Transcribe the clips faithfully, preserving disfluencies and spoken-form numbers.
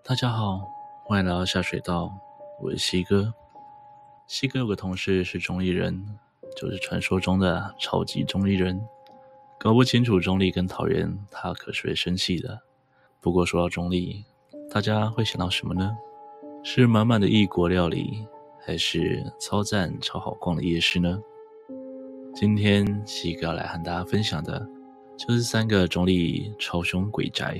大家好，欢迎来到下水道，我是西哥。西哥有个同事是中立人，就是传说中的超级中立人。搞不清楚中立跟桃园，他可是会生气的。不过说到中立，大家会想到什么呢？是满满的异国料理，还是超赞超好逛的夜市呢？今天西哥要来和大家分享的，就是三个中立超凶鬼宅。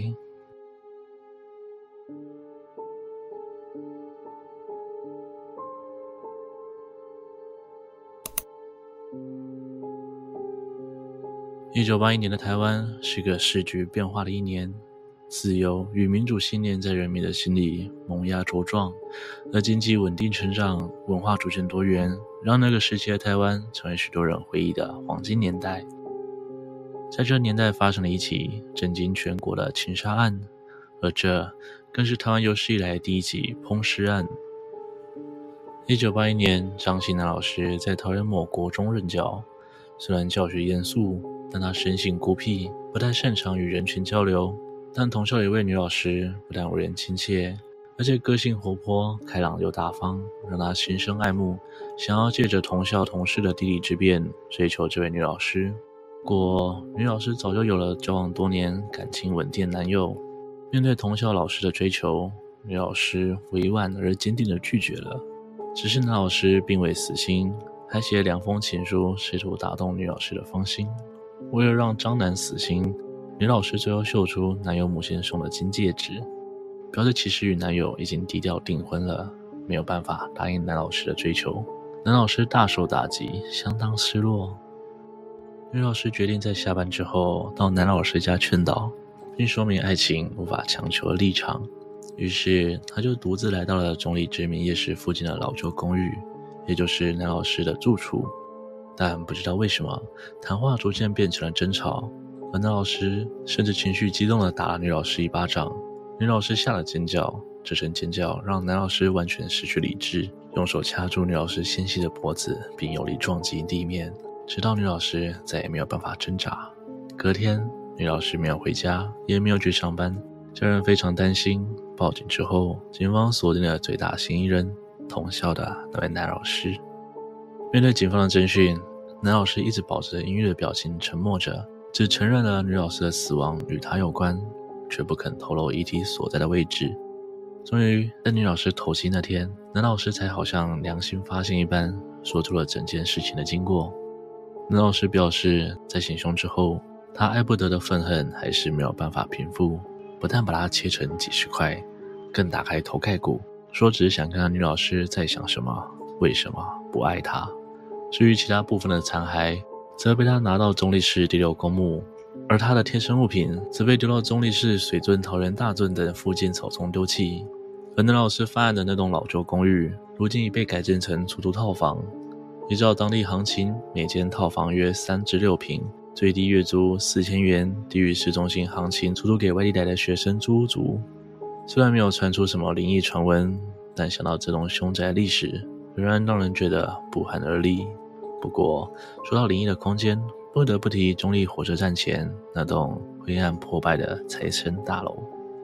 一九八一年的台湾是个时局变化的一年，自由与民主信念在人民的心里萌芽茁壮，而经济稳定成长，文化逐渐多元，让那个时期的台湾成为许多人回忆的黄金年代。在这年代发生了一起震惊全国的情杀案，而这更是台湾有史以来第一起烹尸案。一九八一年，张信南老师在桃园某国中任教，虽然教学严肃，但他生性孤僻，不太擅长与人群交流。但同校有一位女老师，不但为人亲切，而且个性活泼、开朗又大方，让他心生爱慕，想要借着同校同事的地理之便追求这位女老师。不过，女老师早就有了交往多年、感情稳定的男友。面对同校老师的追求，女老师委婉而坚定地拒绝了。只是男老师并未死心，还写了两封情书，试图打动女老师的芳心。为了让张男死心，女老师最后秀出男友母亲送的金戒指，表示其实与男友已经低调订婚了，没有办法答应男老师的追求。男老师大受打击，相当失落。女老师决定在下班之后到男老师家劝导，并说明爱情无法强求的立场。于是她就独自来到了中立知名夜市附近的老旧公寓，也就是男老师的住处。但不知道为什么，谈话逐渐变成了争吵，而男老师甚至情绪激动地打了女老师一巴掌。女老师吓了尖叫，这声尖叫让男老师完全失去理智，用手掐住女老师纤细的脖子，并用力撞击地面，直到女老师再也没有办法挣扎。隔天，女老师没有回家，也没有去上班，家人非常担心。报警之后，警方锁定了最大嫌疑人，同校的那位男老师。面对警方的侦讯，男老师一直保持着阴郁的表情，沉默着，只承认了女老师的死亡与他有关，却不肯透露遗体所在的位置。终于在女老师头七那天，男老师才好像良心发现一般，说出了整件事情的经过。男老师表示，在行凶之后，他爱不得的愤恨还是没有办法平复，不但把它切成几十块，更打开头盖骨，说只是想看看女老师在想什么，为什么不爱她。至于其他部分的残骸，则被他拿到中立市第六公墓，而他的贴身物品则被丢到中立市水圳、桃园大圳等附近草丛丢弃。而男老师犯案的那栋老旧公寓，如今已被改建成出租套房。依照当地行情，每间套房约三至六坪，最低月租四千元，低于市中心行情出租给外地来的学生租屋族。虽然没有传出什么灵异传闻，但想到这栋凶宅历史，仍然让人觉得不寒而栗。不过，说到灵异的空间，不得不提中立火车站前那栋灰暗破败的财神大楼。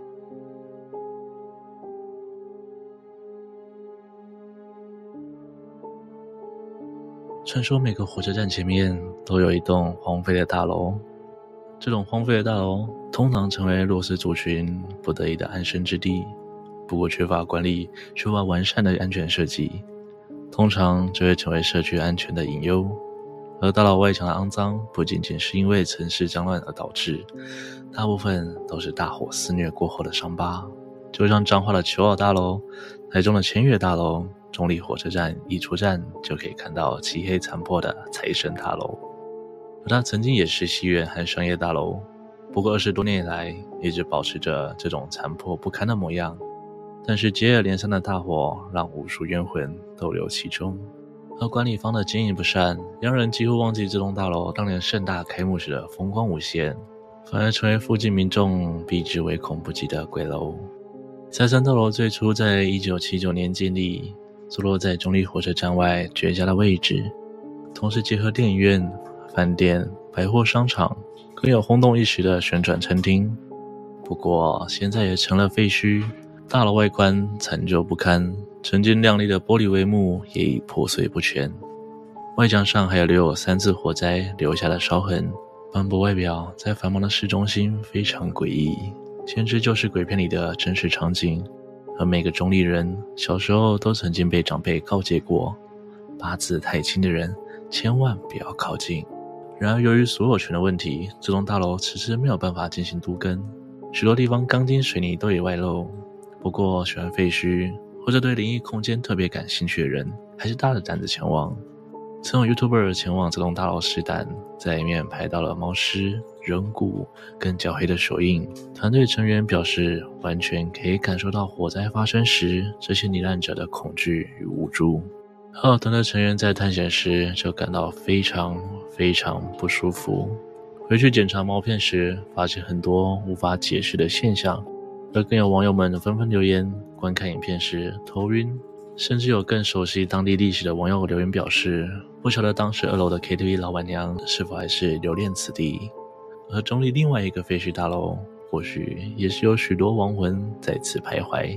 传说每个火车站前面都有一栋荒废的大楼，这种荒废的大楼通常成为弱势族群不得已的安身之地，不过缺乏管理，缺乏完善的安全设计，通常就会成为社区安全的隐忧。而大楼外墙的肮脏不仅仅是因为城市脏乱而导致，大部分都是大火肆虐过后的伤疤。就像彰化的求偶大楼、台中的千悦大楼、中立火车站一出站就可以看到漆黑残破的财神大楼。而它曾经也是戏院和商业大楼，不过二十多年以来一直保持着这种残破不堪的模样。但是接二连三的大火让无数冤魂逗留其中，而管理方的经营不善，让人几乎忘记这栋大楼当年盛大开幕时的风光无限，反而成为附近民众避之唯恐不及的鬼楼。财神大楼最初在一九七九年建立，坐落在中立火车站外绝佳的位置，同时结合电影院、饭店、百货商场，更有轰动一时的旋转餐厅。不过现在也成了废墟， 大楼外观残旧不堪，曾经亮丽的玻璃帷幕也已破碎不全，外墙上还有留有三次火灾留下的烧痕。斑驳外表在繁忙的市中心非常诡异，简直就是鬼片里的真实场景。而每个中立人小时候都曾经被长辈告诫过，八字太轻的人千万不要靠近。然而由于所有权的问题，这栋大楼迟迟没有办法进行都更，许多地方钢筋水泥都已外露。不过喜欢废墟或者对灵异空间特别感兴趣的人还是大着胆子前往。曾有 YouTuber 前往这栋大楼试胆，在里面拍到了猫尸、人骨跟焦黑的手印。团队成员表示，完全可以感受到火灾发生时这些罹难者的恐惧与无助。还有团队成员在探险时就感到非常非常不舒服。回去检查毛片时，发现很多无法解释的现象，而更有网友们纷纷留言，观看影片时头晕。甚至有更熟悉当地历史的网友留言表示，不晓得当时二楼的 K T V 老板娘是否还是留恋此地。而中立另外一个废墟大楼，或许也是有许多亡魂在此徘徊。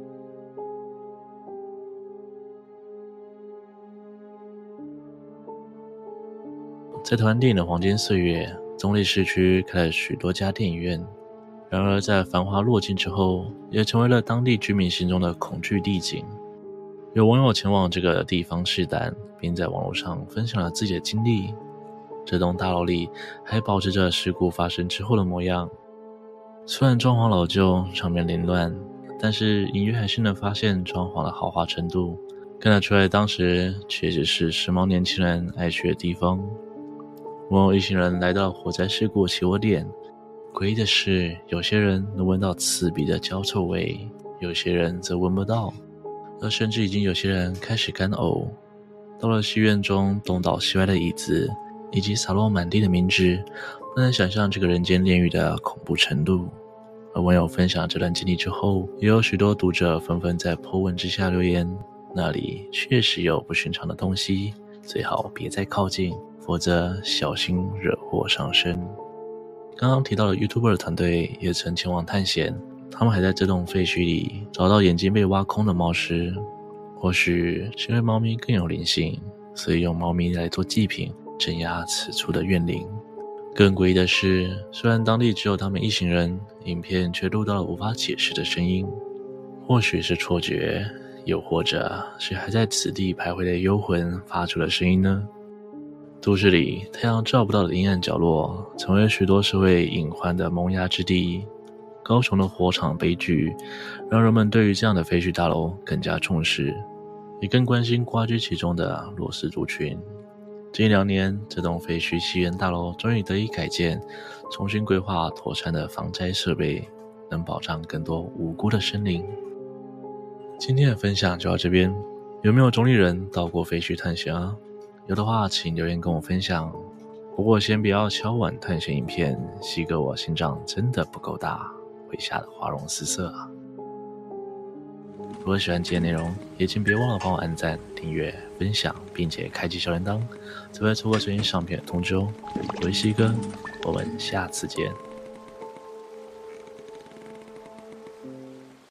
在台湾电影的黄金岁月，中立市区开了许多家电影院，然而在繁华落尽之后，也成为了当地居民心中的恐惧地景。有网友前往这个地方试胆，并在网络上分享了自己的经历。这栋大楼里还保持着事故发生之后的模样，虽然装潢老旧，场面凌乱，但是隐约还是能发现装潢的豪华程度，看得出来当时确实是时髦年轻人爱去的地方。网友一行人来到火灾事故起火点，诡异的是，有些人能闻到刺鼻的焦臭味，有些人则闻不到，而甚至已经有些人开始干呕。到了戏院中东倒西歪的椅子，以及洒落满地的冥纸，不能想象这个人间炼狱的恐怖程度。而网友分享这段经历之后，也有许多读者纷纷在 po 文之下留言，那里确实有不寻常的东西，最好别再靠近，否则小心惹祸上身。刚刚提到的 YouTuber 团队也曾前往探险，他们还在这栋废墟里找到眼睛被挖空的猫尸。或许是因为猫咪更有灵性，所以用猫咪来做祭品，镇压此处的怨灵。更诡异的是，虽然当地只有他们一行人，影片却录到了无法解释的声音。或许是错觉，又或者是还在此地徘徊的幽魂发出的声音呢？都市里太阳照不到的阴暗角落，成为许多社会隐患的萌芽之地。高雄的火场悲剧，让人们对于这样的废墟大楼更加重视，也更关心瓜居其中的弱势族群。近两年，这栋废墟戏院大楼终于得以改建，重新规划妥善的防灾设备，能保障更多无辜的生灵。今天的分享就到这边，有没有中立人到过废墟探险啊？有的话请留言跟我分享。不过先不要敲碗探险影片，西哥我心脏真的不够大，会吓得花容失色啊！如果喜欢今天内容，也请别忘了帮我按赞、订阅、分享，并且开启小铃铛，才不会错过最新上片的通知哦。我是西哥，我们下次见。